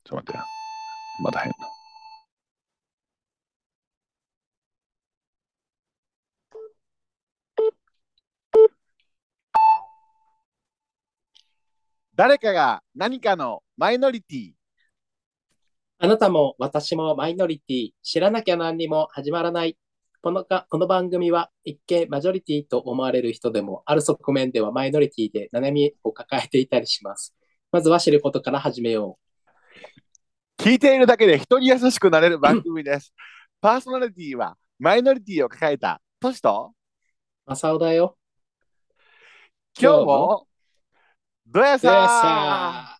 ちょっと待ってよ。まだ変な。誰かが何かのマイノリティ。 あなたも私もマイノリティ、知らなきゃ何にも始まらない。この番組は一見マジョリティと思われる人でも、ある側面ではマイノリティで悩みを抱えていたりします。まずは知ることから始めよ聞いているだけで人に優しくなれる番組です。パーソナリティはマイノリティを抱えたトシと、 う。マサオだよ。今日も、 今日もどやどやさー。 さ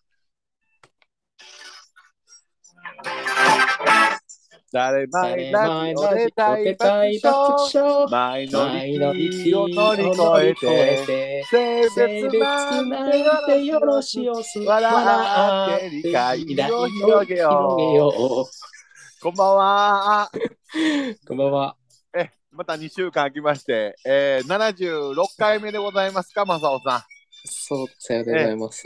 誰マイ誰ラジオ前ラジオでで大爆大爆笑。 笑。 マイノリテマイノリティを乗ィり越を乗りえ越えて、 て、 性別性別なんてよなんてよろろしおす。 しおす。 笑っ笑て理って解未来をを広げ広げよよう。こんばんは。 う。こんばんは。 また2週間空きまして、76回目でございますか、マサオさそう、さようん。 でございます。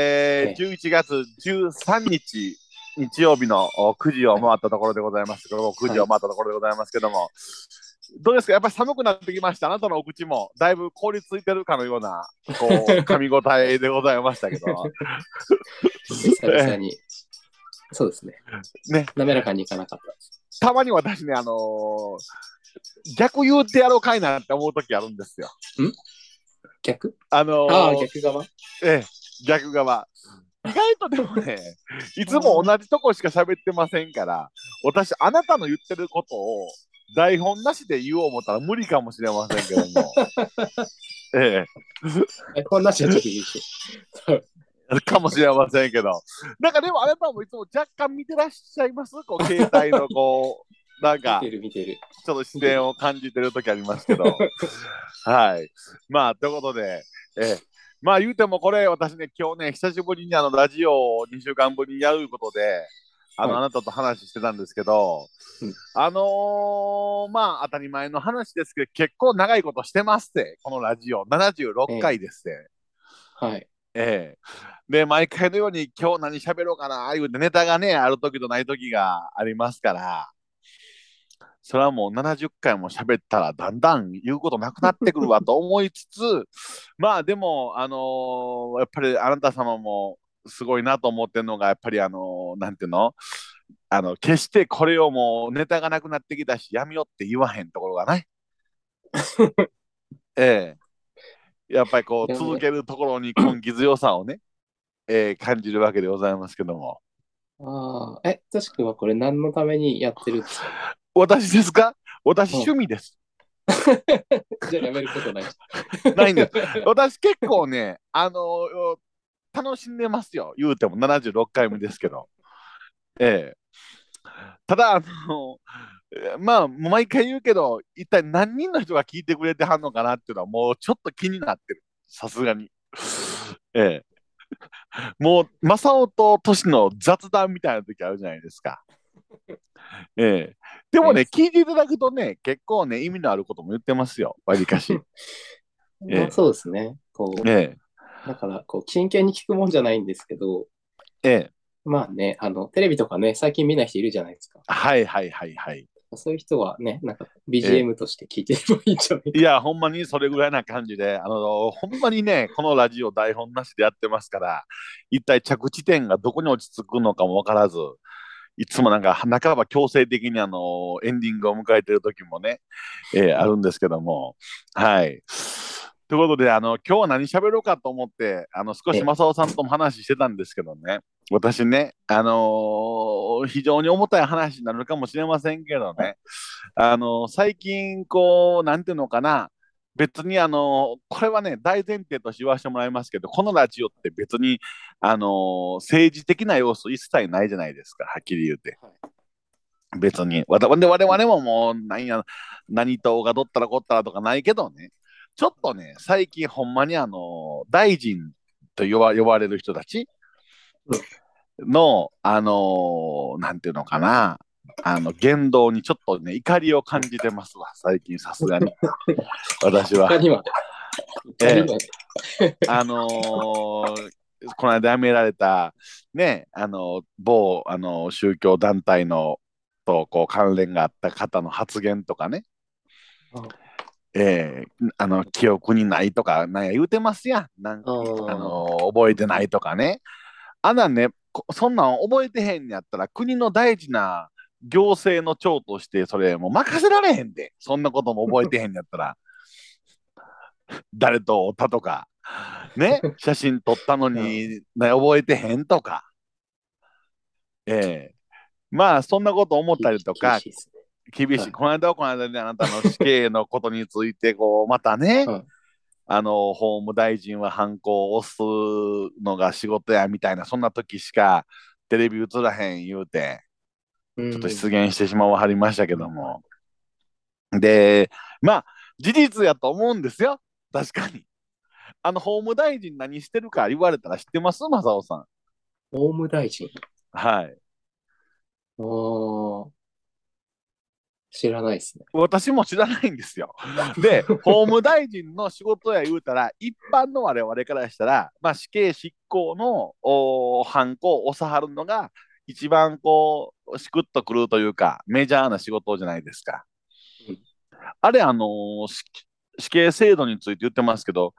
11月13日、日曜日の9時をはい。 回ったところでございますけども、9時はい。 を回ったところでございますけども、どうですか、やっぱり寒くなってきました。あなたのお口もだいぶ凍りついてるかのような、こう、噛み応えでございましたけど、 久々に、そうですね。 ね、 滑らかにいかなかったです。 たまに私ね、逆言うてやろうかいなって思う時あるんですよ。 ん逆あああ、 の逆側ええ、逆側。意外とでもね、いつも同じとこしか喋ってませんから、私、あなたの言ってることを台本なしで言おう思ったら無理かもしれませんけども、えこんなしはちょっと厳しい。そうかもしれませんけど、なんかでもあなたもいつも若干見てらっしゃいますこう、携帯のこう、なんか、 見てる見てる。 ちょっと視見てる。 線を感じてる時ありますけど、はい。まあ、ということで、まあ言うてもこれ私ね、今日ね、久しぶりにラジオを2週間ぶりにやることで、 はい。 あなたと話してたんですけど、 うん。 まあ当たり前の話ですけど、結構長いことしてますって、このラジオ、76 ええ回ですって。 はい。 ええで、毎回のように今日何喋ろうかな、いうてネタがね、ある時とない時がありますから、それはもう70回も喋ったらだんだん言うことなくなってくるわと思いつつ、まあでも、やっぱりあなた様もすごいなと思ってるのが、やっぱりなんていうの、決してこれをもうネタがなくなってきたし、やめようって言わへんところがない。えやっぱりこういやね。 続けるところに根気強さをね、感じるわけでございますけども。 ああ、トシ君はこれ何のためにやってるんですか？ 私ですか？私うん。 趣味です。 じゃあやめることないじないんです。 ゃん。 私結構ね、楽しんでますよ。言うても76回目ですけど。ええ。ただ、まあ、毎回言うけど、一体何人の人が聞いてくれてはんのかなっていうのは、もうちょっと気になってる。さすがに。ええ。もう、正雄とトシの雑談みたいな時あるじゃないですか。ええ。でもね、 ありますね。 聞いていただくとね、結構ね、意味のあることも言ってますよ。わりかし。 まあえそうですね。 え。ええ。 だから、真剣に聞くもんじゃないんですけど、 ええ。 まあね、テレビとかね、最近見ない人いるじゃないですか。 はいはいはいはい。 そういう人はね、なんかええ。 BGM として聞いてればいいんじゃないか。 いや、ほんまにそれぐらいな感じで、ほんまにね、このラジオ台本なしでやってますから、一体着地点がどこに落ち着くのかもわからず、いつもなんか半ば強制的にエンディングを迎えてる時もね、あはい。 るんですけども、はい。ということで、今日は何喋ろうかと思って、少しえ、 正雄さんとも話してたんですけどね、私ね、非常に重たい話になるかもしれませんけどね、最近、こう、なんていうのかな、別にこれはね、大前提として言わせてもらいますけど、このラジオって別に、政治的な要素一切ないじゃないですか、はっきり言うて。 はい。 別に。我々ももう、何党がどったらこったらとかないけどね、ちょっとね、最近ほんまに大臣と呼ばれる人たちうん。 の、なんていうのかな、言動にちょっとね、怒りを感じてますわ、最近さすがに。私は。 他には、他にええ。 は、 この間辞められた、 ね、某、宗教団体のとこう関連があった方の発言とかね、 あ記憶にないとか、なんや言うてますやん。 あ、 覚えてないとかね。あんなんね、そんなん覚えてへんやったら、国の大事な行政の長として、それもう任せられへんで。そんなことも覚えてへんやったら、誰とおったとか、ね、写真撮ったのあに、ね、覚えてへんとか、ええまあ、そんなこと思ったりとか、 厳しいですね。 厳しい。 はい。 この間はこの間であなたの死刑のことについて、こう、またね、 はい。 法務大臣はハンコを押すのが仕事やみたいな、そんな時しかテレビ映らへん言うて、ちょっとうん。 出現してしまわはりましたけはいはい。 ども。で、まあ、事実やと思うんですよ。確かに。法務大臣何してるか言われたら知ってます正雄さん。 法務大臣。 はい。 ああ、知らないですね。 私も知らないんですよ。で、法務大臣の仕事や言うたら、一般の我々からしたら、まあ、死刑執行のハンコを押さはるのが、一番こう、しくっとくるというか、メジャーな仕事じゃないですか。 うん。 あれ、死刑制度について言ってますけど、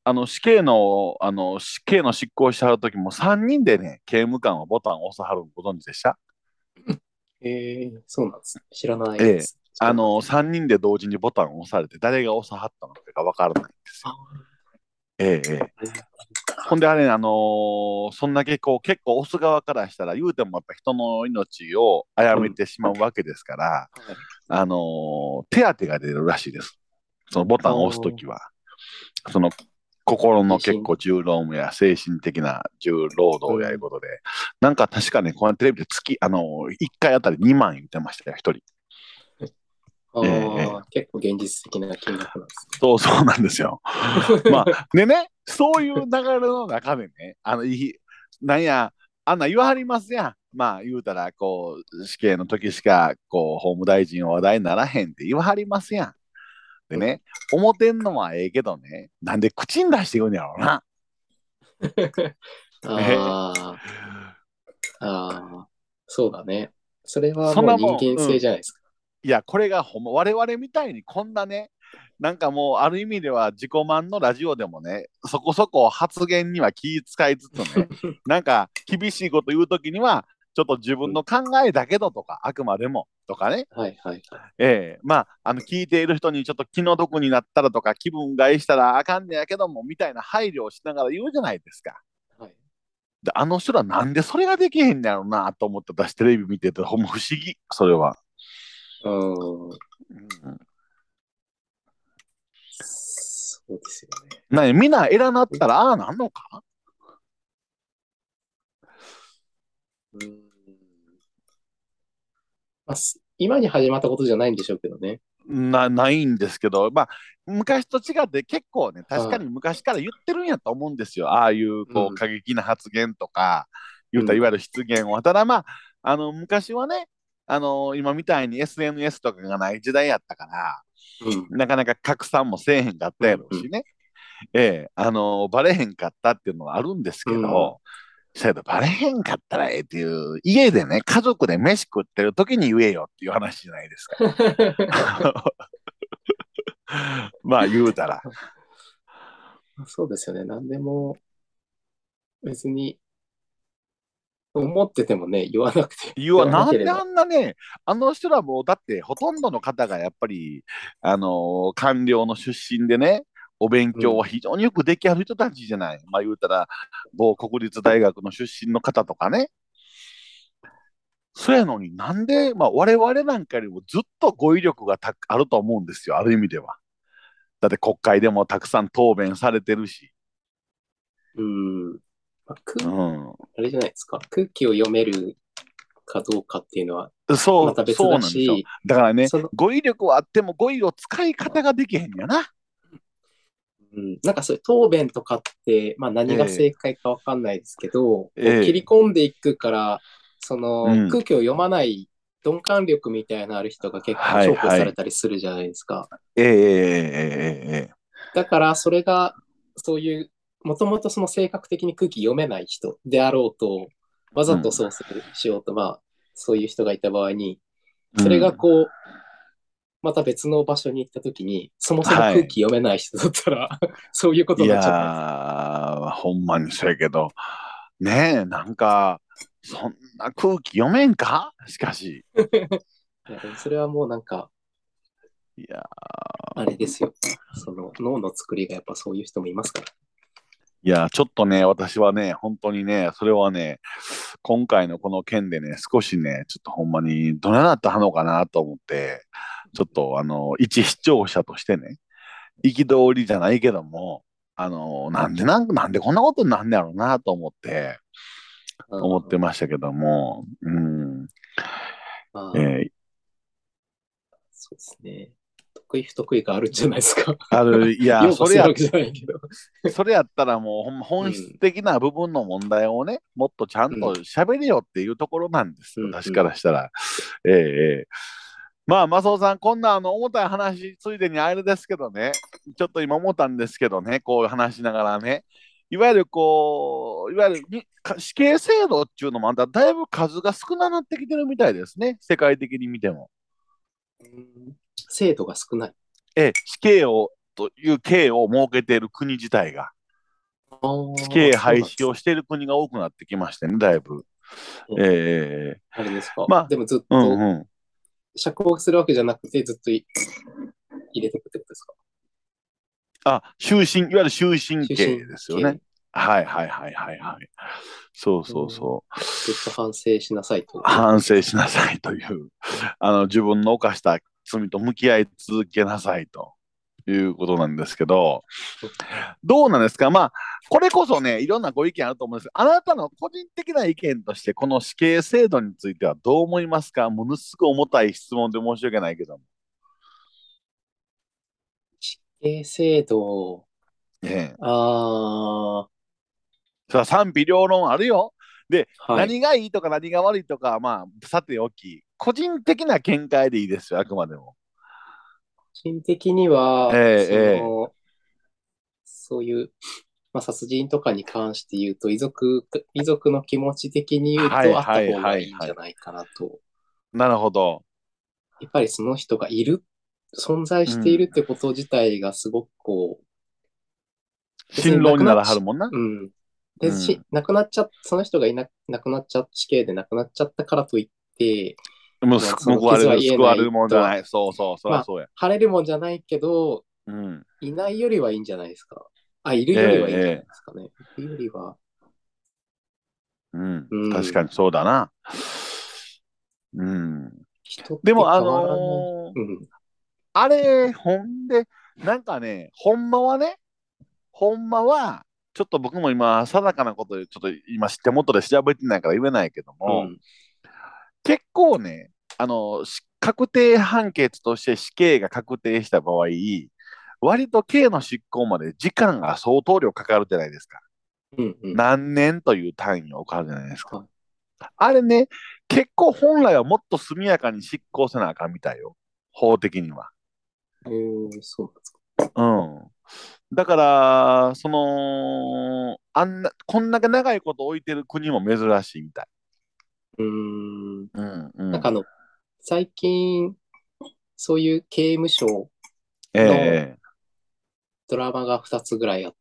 死刑の執行してはるときも3人でね、刑務官はボタンを押さはるのご存知でした？ そうなんですね。知らなええ。 いです。知らなかった。 3人で同時にボタンを押されて、誰が押さはったのかがわからないんですよ。 あええ、ええ。 ーほんであれ、そんだけこう、結構押す側からしたら、言うてもやっぱ人の命を殺めうん。 てしまうわけですから、 はい。 手当が出るらしいです。そのボタあンを押すときあ、 は。その心の地震。 結構重労務や精神的な重労働やいううん。 ことで、なんか確かね、このテレビで1回あたり2万言ってましたよ、1人。ええ、えああ、 え、 結構現実的な金額なんですそうなんですよ。まね。 あ、でね、そういう流れの中でね、なんや、あんな言わはりますやん。まあ、言うたら、こう、死刑の時しか、こう、法務大臣は話題にならへんって言わはりますやん。でうん。 ね、思ってんのはええけどね、なんで口に出して言うんやろうな。えあああ、そうだね。それはそんもうなもん、 人間うん。 性じゃないですか。 いや、これが我々みたいにこんなね、なんかもうある意味では自己満のラジオでもね、そこそこ発言には気遣いつつね、なんか厳しいこと言うときには、ちょっと自うん。 分の考えだけどとか、あくまでもとかね、 はいはいはい。 まあ、聞いている人にちょっと気の毒になったらとか、気分害したらあかんねやけども、みたいな配慮をしながら言うじゃないですか。 はい。 で、あの人らなんでそれができへんねやろうなと思って私テレビ見てて、ほんま不思議、それは。 うん。 うん、 そうですよね。 みんな偉なったらああなんのかうん。まあ、今に始まったことじゃないんでしょうけどね。 ないんですけど、まあ、昔と違って結構ね、確かはに昔から言ってるんやと思うんですよ。ああいうい。うん。 過激な発言とか、言うたらいうん。 わゆる失言は。ただまあ、昔はね、今みたいに SNS とかがない時代やったから、 うん。 なかなか拡散もせえへんかったやうん。うん。 ろうしね。バレへんかったっていうのはあるんですうん。 けど、せやけどバレへんかったらええっていう、家でね、家族で飯食ってる時に言えよっていう話じゃないですか。まあ言うたら。 そうですよね。何でも別に思っててもね、言わなくて、言わななんであければ。 んなね、あの人らもう、だってほとんどの方がやっぱり、官僚の出身でね、お勉うん。 強は非常によくできある人たちじゃない。まあ言うたら、某国立大学の出身の方とかね。そやのになんで、まあ我々なんかよりもずっと語彙力があると思うんですよ、ある意味では。だって国会でもたくさん答弁されてるし。 うん。まあ、 うん。 あれじゃないですか。空気を読めるかどうかっていうのはまた別そうなんですよ。 だし、 だからね、 その、 語彙力はあっても語彙を使い方ができへんやな。 うん、なんかそういう答弁とかって、まあ何が正え解かわかんないですけど、 え、 こう切りええ、 込んでいくから、そのうん。 空気を読まない鈍感力みたいなある人が結構はい重宝されはい。 たりするじゃないですか。 ええ、ええ、ええ、ええ、 だからそれがそういう、もともとその性格的に空気読めない人であろうと、 わざとうん。 そうしようと、まあ、そういう人がいた場合に、それがうん。 こう、また別の場所に行った時に、そもそもはい。 空気読めない人だったらそういうこといになっちゃったんです。 やー、ほんまにそうやけど、ねえ、なんか、そんな空気読めんかしかし。 いや、でもそれはもうなんか、 いや、 あれですよ。その脳の作りがやっぱそういう人もいますから。 いや、ちょっとね、私はね、本当にね、それはね、今回のこの件でね、少しね、ちょっとほんまにどないなったのかなと思って、ちょっと一視聴者としてね、憤りじゃないけども、なんでこんなことになんねやろうなと思ってあましたけども、うん、 まあ、 えーそうですね。得意不得意があるんじゃないですか。 いや、 擁護するわけじゃないけど。 それやったらもうほんま本質うん、 的な部分の問題をね、もっとちゃんうん、 と喋れよっていうところなんですよ、 うん、 私うん。 からしたら。ええええ。まあ、マスオさん、こんな重たい話ついでにあれですけどね、ちょっと今思ったんですけどね、こう話しながらね、いわゆる死刑制度っていうのもまただいぶ数が少なくなってきてるみたいですね、世界的に見ても。 うん精度が少ない。 死刑という刑を設けている国自体が、 あ死あ、 刑廃そうなんですね。 止をしている国が多くなってきましてね、だいぶ。ええ。 あれですか。 まあ、 でもずっとうんうん。 釈放するわけじゃなくて、ずっと入れていくってことですか。 いわゆる終身刑終身ですよね。 刑。 はいはいはいはいはい。そうそううんそう。 ずっと反省しなさいというこ反省とですか。 しなさいという、自分の犯した罪と向き合い続けなさいということなんですけど、どうなんですか？まあ、これこそね、いろんなご意見あると思うんですが、あなたの個人的な意見として、この死刑制度についてはどう思いますか？ものすごい重たい質問で申し訳ないけども。 死刑制度、 ええ。 ああ、 それは賛否両論あるよ。で、 はい。 何がいいとか何が悪いとか、まあ、さておき、個人的な見解でいいですよ、あくまでも。 個人的にえは、 え、 そういう、まあ、殺人とかに関して言うと、遺族の気持ち的に言うはいと、あったはい方がはいはい。 いいんじゃないかなと。 なるほど。 やっぱりその人が存在しているうん。 ってこと自体がすごく別にな辛労になくなっち、 らはるもんな。 うん。で、 うん。 その人が亡くなっちゃ、死刑で亡くなっちゃったからといって、 もうまあ、その傷は癒えない報われるもんじとは、 ゃない。そうそう、そりまあ、 ゃそうや。 晴れるもんじゃないけど、 うん。 いないよりはいいんじゃないですか。あ、いるえよりはいいんじゃないえ、えですかね。いるよりは、 え。うん。 うん。 確かにそうだな。うん。 人っでも、 て変わらない。うん。 あれ、ほんで、なんかね、ほんまは、ちょっと僕も今、定かなことちょっと今知ってもとで調べてないから言えないけども、 うん。 結構ね、確定判決として死刑が確定した場合、割と刑の執行まで時間が相当量かかるじゃないですか。 うん。うん。 何年という単位をかかるじゃないですか。 はあれね、結構本来はもっと速やかに執行せなあかんみたいよ。法的には。 い。そうなんですか。 うん。だから、こんだけ長いこと置いてる国も珍しいみたい。 うーん。 うんうん。 なんか最近、そういう刑務所えのえ、ええ。 ドラマが2つぐらいあって、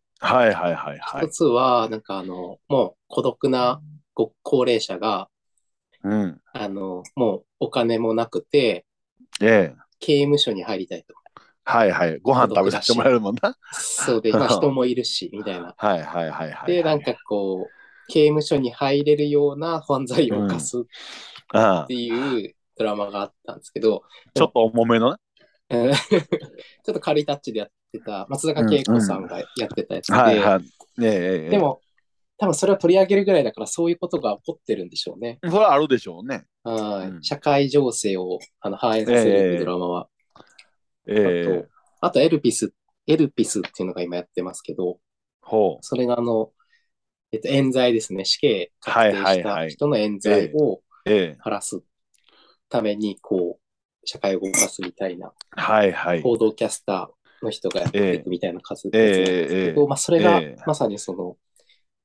はいはいはいは一い。 つは、なんかもう孤独な高齢者が、 うん。 もうお金もなくて、 ええ。 刑務所に入りたいと。 はいはい。ご孤飯食べさせてもらえ独だし。 るもんな。 そうで、まあ人もいるし、みたいな。 はいはいはいはいで、 はい。 なんか刑務所に入れるような犯罪うん。 を犯すっああ、 ていうドラマがあったんですけど、でも、 ちょっと重めのね。 ちょっと軽いタッチでやってた、松坂うん慶子さうん。 んがやってたやつで、 はいはい。ええええ。 でも、多分それを取り上げるぐらいだからそういうことが起こってるんでしょうね。 それはあるでしょうね。 はい。 うん。 社会情勢を反映えさせるっていうドえラマは。あと、 ええ。 あとエルピスっていうのが今やってますけど、 ほう。 それが冤罪ですね。死刑確はい定しはいはい。 た人の冤ええ罪をええ。 晴らすために、社会を動かすみたいな、 はいはい。 報道キャスターの人がやっていえくみたいなええやつなんですけえど、まあ、それええ。 がええ。 まさに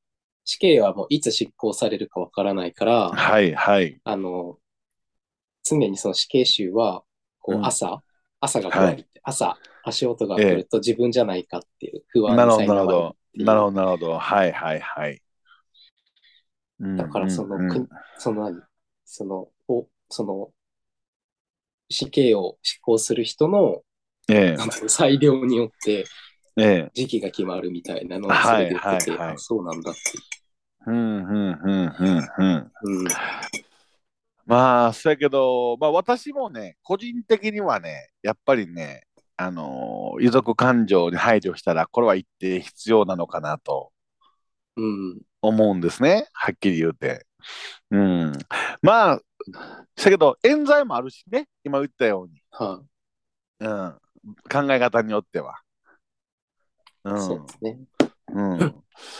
死刑はもういつ執行されるかわからないから、 はいはい。 あの、常にその死刑囚は、こううん。 朝がはい。 怖いって、朝足音が来るえと自分じゃないかっていう不え。 安になるほど、なるほ苛まれるど。 っていう。 なるほど、なるほど。はいはいはい。うん、 だからうん、うん。 その何その死刑を執行する人の、 ええ、 なんていうの裁量によってええ。 時期が決まるみたいなのをそれはいで言ってて、あ、 はいはい。 そうなんだってうん、うん、うん、うん、うん。 いう。うん。 まあ、そうやけど、まあ私もね、個人的にはね、やっぱりね、遺族感情に配慮したら、これは一定必要なのかなとうん。 思うんですね。はっきり言うて。うん。まあ、だけど、冤罪もあるしね、今言ったように。 はい、 うん。考え方によっては。うん。 そうですね。 うん。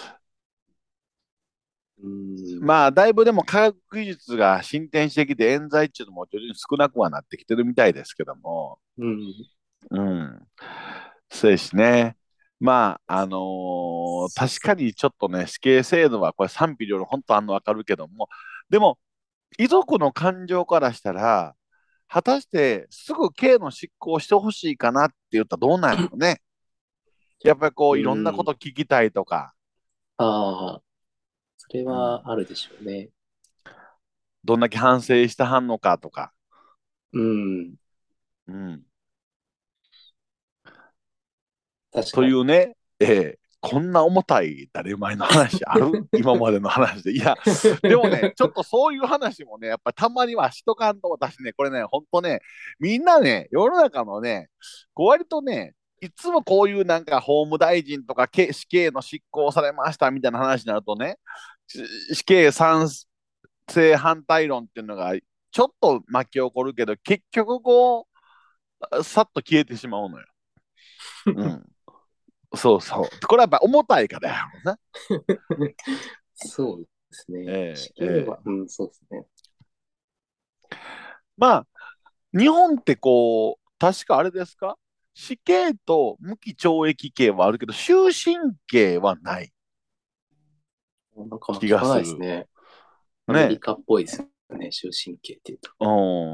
うん。 まあ、だいぶでも科学技術が進展してきて、冤罪っていうのも徐々に少なくはなってきてるみたいですけども、 うん。 うん。そうですね。まあ、確かにちょっとね、死刑制度はこれ賛否両論、本当わかるけども、でも、遺族の感情からしたら、果たしてすぐ刑の執行してほしいかなって言ったらどうなんやろね。やっぱりこうう、いろんなこん。 と聞きたいとか、 ああ、それうん、 はあるでしょうね。 どんだけ反省したはんのかとか、 うん。 うん、と確かに。 いうね、こんな重たい誰前の話ある今までの話で。いや、でもね、ちょっとそういう話もね、やっぱりたまにはしとかんと、私ね、これね、ほんとね、みんなね、世の中のね、こう割とね、いつもこういうなんか法務大臣とか死刑の執行されましたみたいな話になるとね、死刑賛成反対論っていうのがちょっと巻き起こるけど、結局こう、さっと消えてしまうのよ。うん。そうそう。これはやっぱ重たいからやろうな。 そうですね。死刑は、 ええ。 うん、そうですね。 まあ、日本ってこう、確かあれですか、死刑と無期懲役刑はあるけど、終身刑はないなんかあんま気聞かないがする。 ですね。アメリね。 カっぽいですよね、終身刑っていうと。 うん。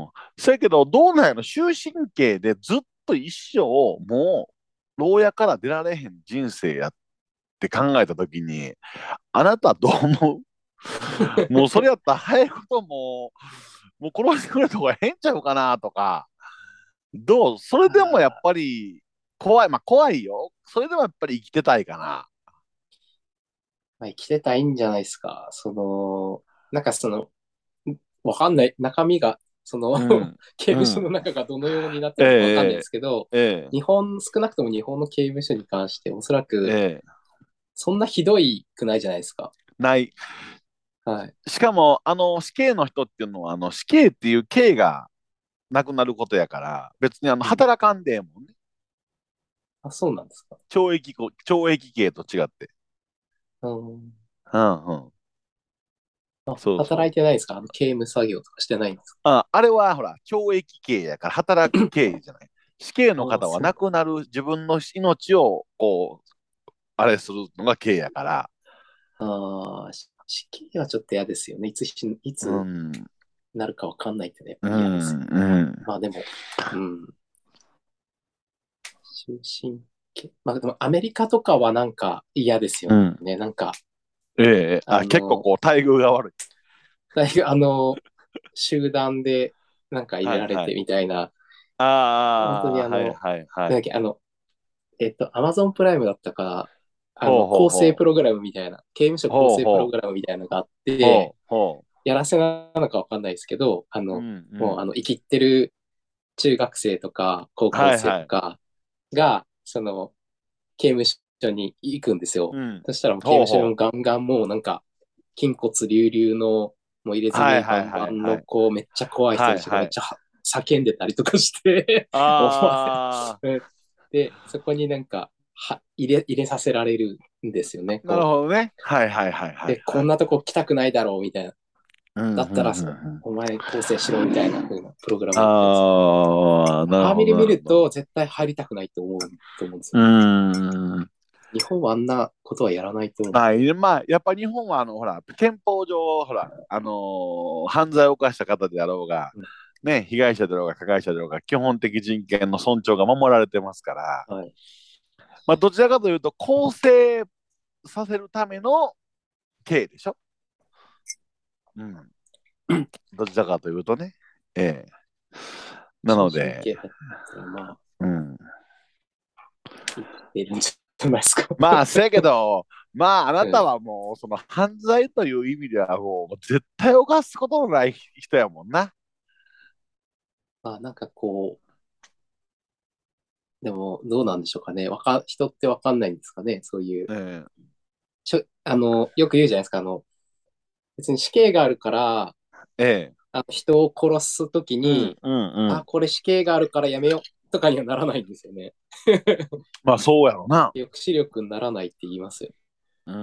そやけど、どうなんやろ、終身刑でずっと一生、もう、牢屋から出られへん人生やって考えたときに、あなたどう思う？もうそれやったら早いこともう殺してくれた方が変ちゃうかなとか、どうそれでもやっあぱり怖い、まあ怖いよ。それでもやっぱり生きてたいかな。 まあ、生きてたらいいんじゃないですか。なんかわかんない。中身が、 うん。 刑務所のうん。 中がどのようになってるのかわかんないでえすけど、 え、ええ、 少なくとも日本の刑務所に関して、おそらく、 ええ、 そんなひどいくないじゃないですか。 ない。 はい。 しかも、死刑の人っていうのは、死刑っていう刑がなくなることやから、別にうん。 働かんでもんね。 あ、そうなんですか。 懲役刑と違って。 うん。 うんうん。そうそう。 働いてないですか？刑務作業とかしてないんですあれはほら、懲役刑やから働く刑じゃない。死刑のか？ああ、 方はそう。 亡くなる自分の命をこう、あれするのが刑やから。 ああ、死刑はちょっと嫌ですよね。いうつん、 なるかわかんないってね、やっうぱり嫌ですん、 よね。 うん、 まあでも、うん。終身刑。まあでもアメリカとかはなんか嫌ですようん。 ね。なんか、 ええ、 あ結構の、 こう、待遇が悪い。 大学、集団でなんか入れられてはいはい。 みたいな、本当にああ、はいはいはい。 なんだっけ、アマゾンプライムだったか、 ほうほう構成ほう。 プログラムみたいな、刑務所構成プロほうほう。 グラムみたいなのがあって、 ほうほやらせなのかわかんないですけど、 う。うんうもう、 ん。 生きってる中学生とか、高校生はいはい。 とかが、刑務所に行くんですよ。 うん。 そしたらもう刑務所にもほうほう。 ガンガンもうなんか、筋骨隆々の、もう入れはい墨バンバはいはいはい。 ンのこう、めっちゃ怖い人たちがはいはい。 めっちゃ叫んでたりとかしておあ前、で、そこになんか、入れさせられるんですよね。 あ、なるほどね。はいはいはいはいで、こはい。 んなとこ来たくないだろうみたいな。 うんうんうんだったらうん。 お前構成しろみたいな風なプログラムだったんですけど、 ああ、なるほどああ見る見なるほど。 ると絶対入りたくないと思うんですうよね。 ーん。 日本はあんなことはやらないと思う。 まあ、やっぱ日本はほら、憲法上、ほら、犯罪を犯した方であろうが、 うん。 ね、被害者だろうが加害者だろうが、基本的人権の尊重が守られてますから、 はい。 まあ、どちらかというと、更生させるための刑でしょ。うん。どちらかというとね。ええ。な終ので、 身刑だったら、まあ、 うん。 いけるんじゃないですか。 まあ、せやけど、まあ、あなたうん。 はもう、その犯罪という意味ではもう、絶対犯すことのない人やもんな。 まあ、なんかこう、でも、どうなんでしょうかね。人ってわかんないんですかね。そういう、 えよく言うじゃないですか。別に死刑があるから、 え、ええ。 人を殺すときうん、 に、 うん、うん。 これ死刑があるからやめようとかにはならないんですよね。 まあ、そうやろな。 抑止力にならないって言いますよ。 うん、うん、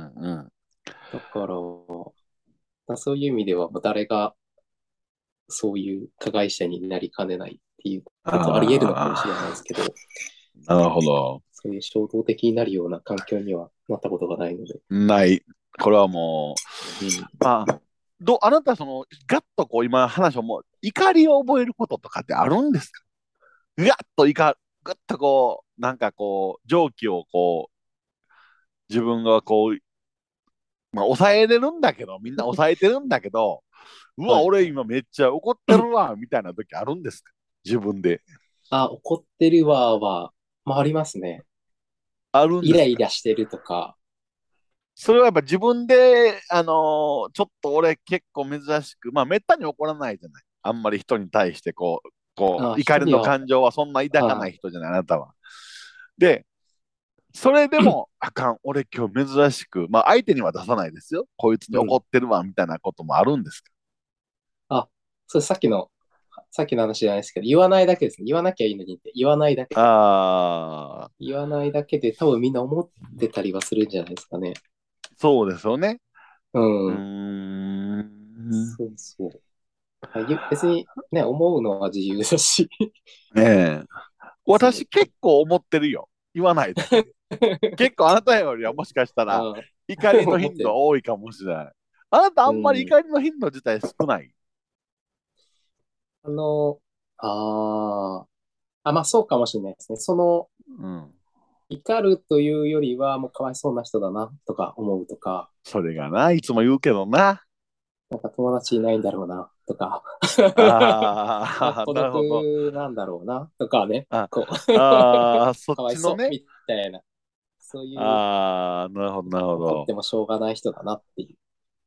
うん。 だから、そういう意味では、誰がそういう加害者になりかねないっていうことはあり得るのかもしれないですあけど、 あ、なるほど。 そういう衝動的になるような環境にはなったことがないので。 ない。これはもうん。 う、まあ、あなた、ガッとこう、今話をもう、怒りを覚えることとかってあるんですか？ガッとガッとこう、なんかこう、蒸気をこう、自分がこう、まあ、抑えれるんだけど、みんな抑えてるんだけど、うわ、 はい。 俺今めっちゃ怒ってるわ、みたいな時あるんですか？自分で。 怒ってるわは、まあありますね。 あるんイラですか？ イラしてるとか、 それはやっぱ自分で、ちょっと俺結構珍しく、まあ、めったに怒らないじゃない。あんまり人に対して怒りの人には、 感情はそんな抱かなあい人じゃない、あなたは。で、それでも、あかん、俺今日珍しく、まあ相手には出さないですよ。こいつにうん。 怒ってるわ、みたいなこともあるんですか？ あ、それさっきの話じゃないですけど、言わないだけですね。言わなきゃいいのにって、言わないだけ。 ああ言わないだけで多分みんな思ってたりはするんじゃないですかね。 ー、そうですよね。 ううーん。 ん。 そうそう。別にね、思うのは自由だし。 ねえ。 そう。 私結構思ってるよ。言わないだけで。結構あなたよりはもしかしたらあ怒りの頻度思ってる。 多いかもしれない。あなたあんまりうん。 怒りの頻度自体少ない。 あの、あーまあそうかもしれないですね。 うん。 怒るというよりは、もうかわいそうな人だなとか思うとか、 それがな、いつも言うけどな。 なんか友達いないんだろうなとか、 ああ、 孤なるほど。 独なんだろうなとかね、 あこうそっかわいちのね。 そうみたいな、そういうああ、なるほど、なるほど。 怒ってもしょうがない人だなっていう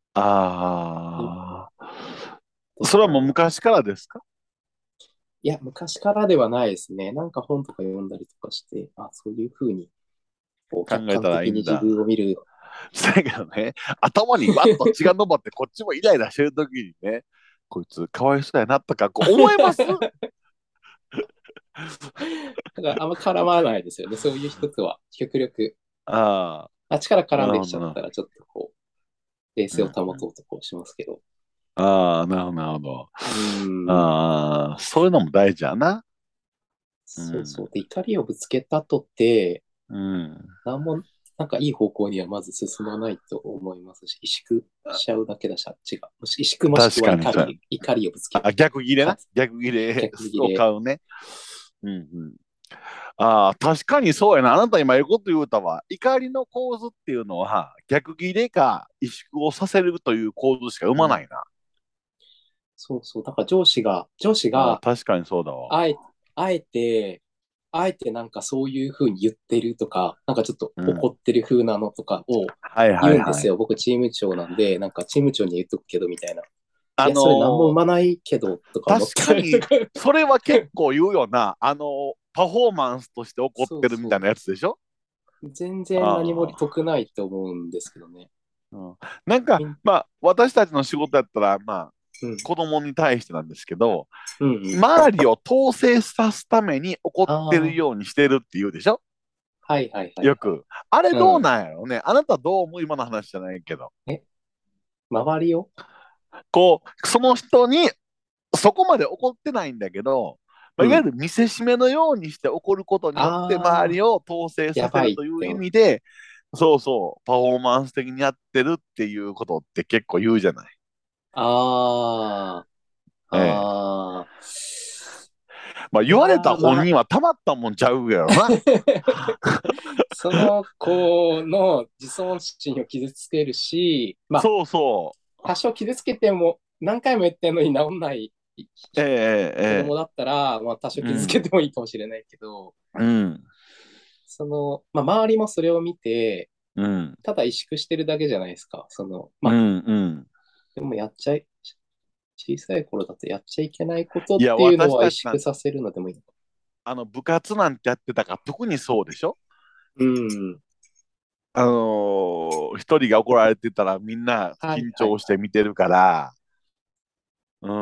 ああ、 とそれはもうか、 昔からですか？ いや、昔からではないですね。なんか本とか読んだりとかして、そういうふうにこう考えたらい客観的に自いんだ。 分を見る。 だけどね、頭にわっと血が上ってこっちもイライラしてる時にね、こいつかわいそうやなとかこう思えます？ だからあんま絡まないですよね。そういう人とは極力。 ああ、 力絡んできなるほどな。 ちゃったら、ちょっと冷静をうんうん。 保とうとしますけど。 ああ、なるほど、なるほど。 うーん。 ああ、そういうのも大事やな。うん。 そうそう。で、怒りをぶつけたとって、 うん。 なんも、なんかいい方向にはまず進まないと思いますし、萎縮しちゃうだけだし、あっちが。萎縮もしくは確かにそうや。 怒りをぶつける。 逆切れな。 かつ、 逆切れ逆切をれ。 買うね。うんうん。ああ、確かにそうやな。あなた今言うこと言うたわ。怒りの構図っていうのは、逆切れか萎縮をさせるという構図しか生うん。 まないな。 そうそう。だから上司ああ、 が、 確かにそうだわ。 あえ、あえて、あえてなんかそういう風に言ってるとか、なんかちょっとうん。 怒ってる風なのとかをはいはいはい。 言うんですよ。僕チーム長なんで、なんかチーム長に言っとくけどみたいな。 あのいや、それ何も生ーまないけどとか思っ確かに、 たりとか。 それは結構言うよな。パフォーマンスとして怒っそうそてるみたいなやつでしょ？ う。全然何もあ得ないと思うんですけどね。 あ、うん。なんか、 みんまあ、私たちの仕事やったら、まあ、 うん。 子供に対してなんですけど、 うんうん。 周りを統制さすために怒ってるああ、 ようにしてるって言うでしょ？ はいはいはいはい。 よく。あれどううん。 なんやろうね。あなたどう思う？今の話じゃないけど。 え、周りをその人にそこまで怒ってないんだけど、 まあ、いわゆる見せしめのようにして起こることによって周ああ、 りを統制させやばるという意いって思う。 味で、そうそう、パフォーマンス的にやってるっていうことって結構言うじゃない。 ああ、 ええ。 ああ。 まあいやー、 言われた本まあ、 人はたまったもんちゃうやろな。 その子の自尊心を傷つけるし、まあ、 そうそ多少傷つけても何回も言ってんのに治んないう。ええ、ええ、 子供だったら、まあ、多少傷つけうん、 てもいいかもしれないけど、 うん、 まあ、周りもそれを見て、 うん、 ただ萎縮してるだけじゃないですか。まあ、 うん、うん。 でも小さい頃だとやっちゃいけないことっいや、 ていうのは萎私たちなん、 縮させるのでもいいのか。 部活なんてやってたから特にそうでしょ。 うん。 一人が怒られてたらみんなはい緊はいはい。 張して見てるから、うん、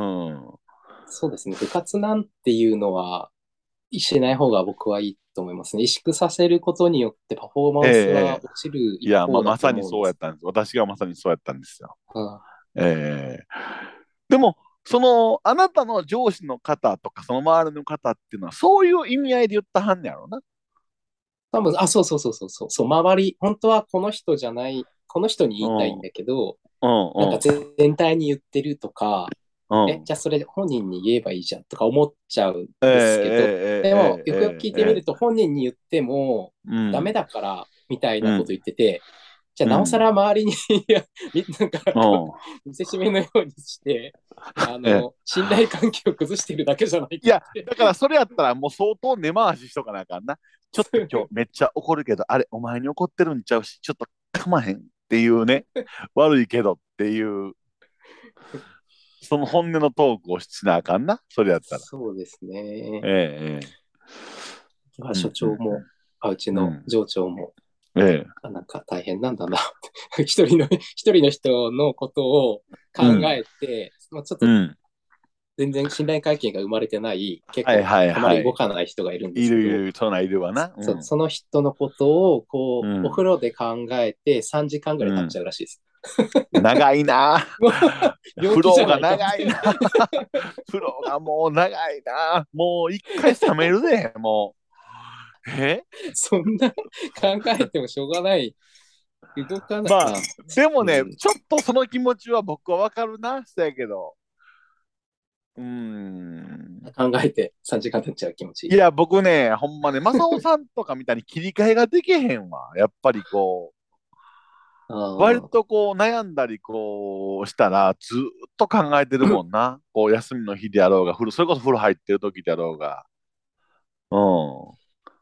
そうですね。部活なんていうのは、しない方が僕はいいと思いますね。萎縮させることによってパフォーええ、 マンスはええ。 落ちるいや、まあ、 一方だとまさに思うんです。 そうやったんです。私がまさにそうやったんですよ。 あええ。でも、あなたの上司の方とか、その周りの方っていうのは、そういう意味合いで言ったはんねやろな。 多分、そうそうそうそうそう、周り、本当はこの人じゃない、この人にうん、 言いたいんだけど、 うん、 なんかうん、 全体に言ってるとか、 うん。 じゃあそれ本人に言えばいいじゃんとか思っちゃうんええ、 ですけど、でも、 ええ、 よくよく聞いてみると、 ええ、ええ、 本人に言ってもうん、 ダメだからみたいなことうん、 言ってて、じゃあうん、 なおさら周りにいやなんかうん。 見せしめのようにして、 ええ。 信頼関係を崩してるだけじゃないいや、 かって。 だからそれやったらもう相当根回ししとかなあかんな。ちょっと今日めっちゃ怒るけど、あれ、お前に怒ってるんちゃうし、ちょっとかまへんっていうね、悪いけどっていう、その本音のトークをしなあかんな、それやったら。 そうですね。 ええ、 まあええ、うん、 所長も、うちうん、うのん、 上長も、 ええ、 なんか大変なんだな一人の人のことを考うん、 えて、まあ、ちょっとうん。 全然信頼関係が生まれてない、結構はいはいあまり動はい。 かない人がいるんですけど、 いるいる、そんなんいるわな。うん、 その人のことを、おうん、 風呂で考えて3時間ぐらい経っちうん。 ゃうらしいです。 長いな。 もう病気じ風呂がゃないかって。 長いな。風呂がもう長いな。もう一回冷めるで、もう。 そんな考えてもしょうがない。動かない。 まあ、 まあ、 でもね、 うん。 ちょっとその気持ちは僕はわかるな、そうやけど。うーん。 考えて3時間経っちゃう気持ち。 いや、僕ね、ほんまね、正雄さんとかみたいに切り替えができへんわ。やっぱりこう、 あ割あ。 とこう悩んだりこうしたらずーっと考えてるもんな。こう休みの日であろうが、それこそ風呂入ってる時であろうが。うん。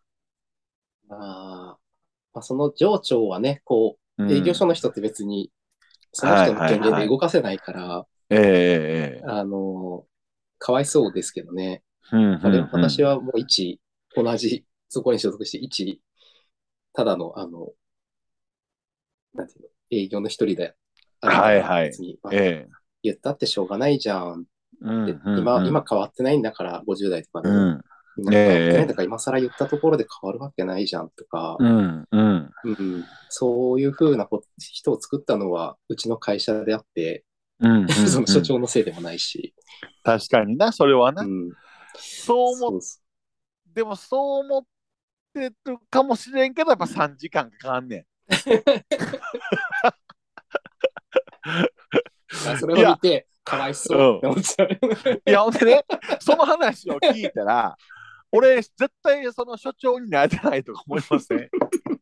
あまあ、その上長はね、営業うん。 所の人って別にそのはい人の権限ではいはい。 動かせないから、 ええええ。 あの、かわいそうですけどね。 うん、うん、うん。 私はもう同じ、そこに所属してただの、なんていうの、営業の一人であるから、 はいはい。 別に、まあ、 ええ。 言ったってしょうがないじゃんっうん、 て、 うん、うん。 今変わってないんだから、50代とかでも、 うん。 今え変わってないんだえ、 から、今更言ったところで変わるわけないじゃんとか、 うん、うん。 うん、そういうふうな人を作ったのは、うちの会社であって、 うん、うそん、 の所うん。 長のせいでもないし、 確かにな、それはな。 うん、 そう思っ、 そうそでもそう思ってるかもしれんけど、やっぱ3時間かかんねう。それん。いや、 を見て、かわいそうっうん。 て思っちゃう。 いや、ほんでね、その話を聞いたら、俺、絶対その所長になれてないとか思いません？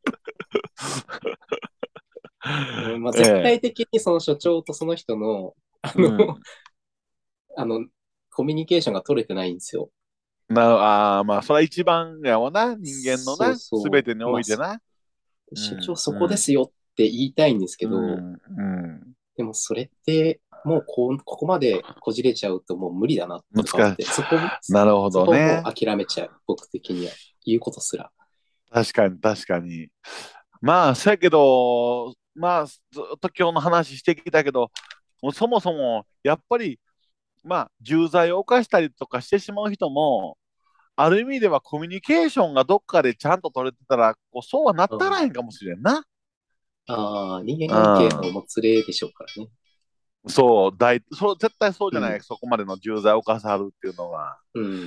うんまあ、絶ええ。 対的にその所長とその人の、あの、 うん。 あの、コミュニケーションが取れてないんですよ。 まあ、それは一番やわな、人間のそうな、すべそてにう。まあ、 おいてな。う所長ん、 そこでうん、 すよって言いたいんですけうど、 ん、うん。 でもそれってもうここまでこじれちゃうともう無理だなとか思って、 難しい。なるほそこをもどね。 う諦めちゃう、僕的には。言うことすら。 確かに、確かに。まあ、そやけど、まあ、ずっと今日の話してきたけど、もうそもそも、やっぱり、まあ、重罪を犯したりとかしてしまう人も、ある意味ではコミュニケーションがどっかでちゃんと取れてたら、そうはなったらうん、 へんかもしれんな。 人間う関係のん。 もつれでしょうからね。 そう、絶対そうじゃない、 うん。 そこまでの重罪を犯さはるっていうのは。 うん。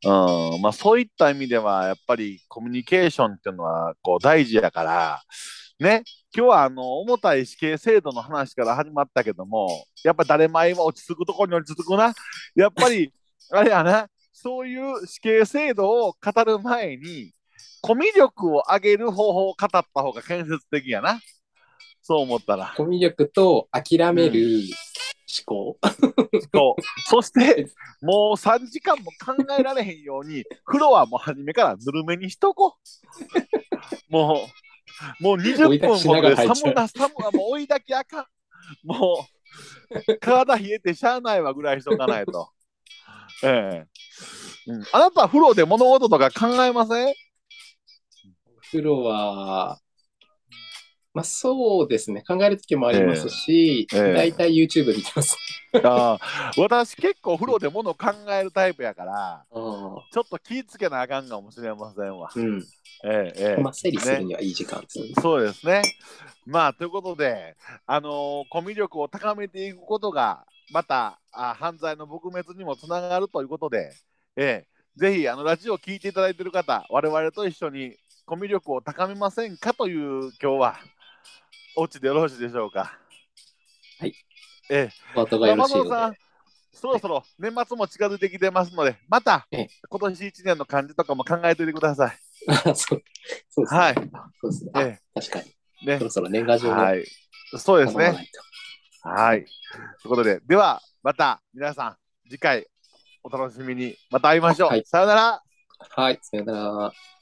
まあ、そういった意味では、やっぱりコミュニケーションっていうのはこう大事やから、ね、今日は重たい死刑制度の話から始まったけども、やっぱ誰前も落ち着くところに落ち着くな。やっぱり、あれやな、そういう死刑制度を語る前に、コミュ力を上げる方法を語った方が建設的やな。そう思ったら。 コミュ力と諦うん。 める思考。 そう。そして、もう3時間も考えられへんように、風呂はもう初めからぬるめにしとこう。もう20 追い出しな分ほどでがら入っちゃう。 寒はもう追いだきあかん。もう体冷えてしゃあないわぐらいしとかないと。ええあなたは風呂で物事とか考えません？ 風呂は、まあそうですね。考えるときもありますえし、 えええだいたい YouTube 見てます。 私結構風呂で物考えるタイプやから、 ああ、 ちょっと気ぃつけなあかんかもしれませんわ。 うん。まあ整理するね。 にはいい時間ですね。 そうですね。まあ、ということで、コミュ力を高めていくことが、また犯罪の撲滅にもつながるということで、ぜひラジオを聞いていただいている方、我々と一緒にコミュ力を高めませんかという今日は、お家でよろしいでしょうか。 はい。 えお後がよろまあ、マサオさん、 しいようで。 そろそろ年末も近づいてきてますので、またええ、 今年1年の漢字とかも考えておいてください。 そうですね。 はい。 そうですね。あ、 え確かに。そね。 ろそろ年賀状もはい。そうですね。 頼まないと。 はい。ということで、では、また皆さん、次回お楽しみに。また会いましょう。 はい。 さよなら。 はい。さよなら。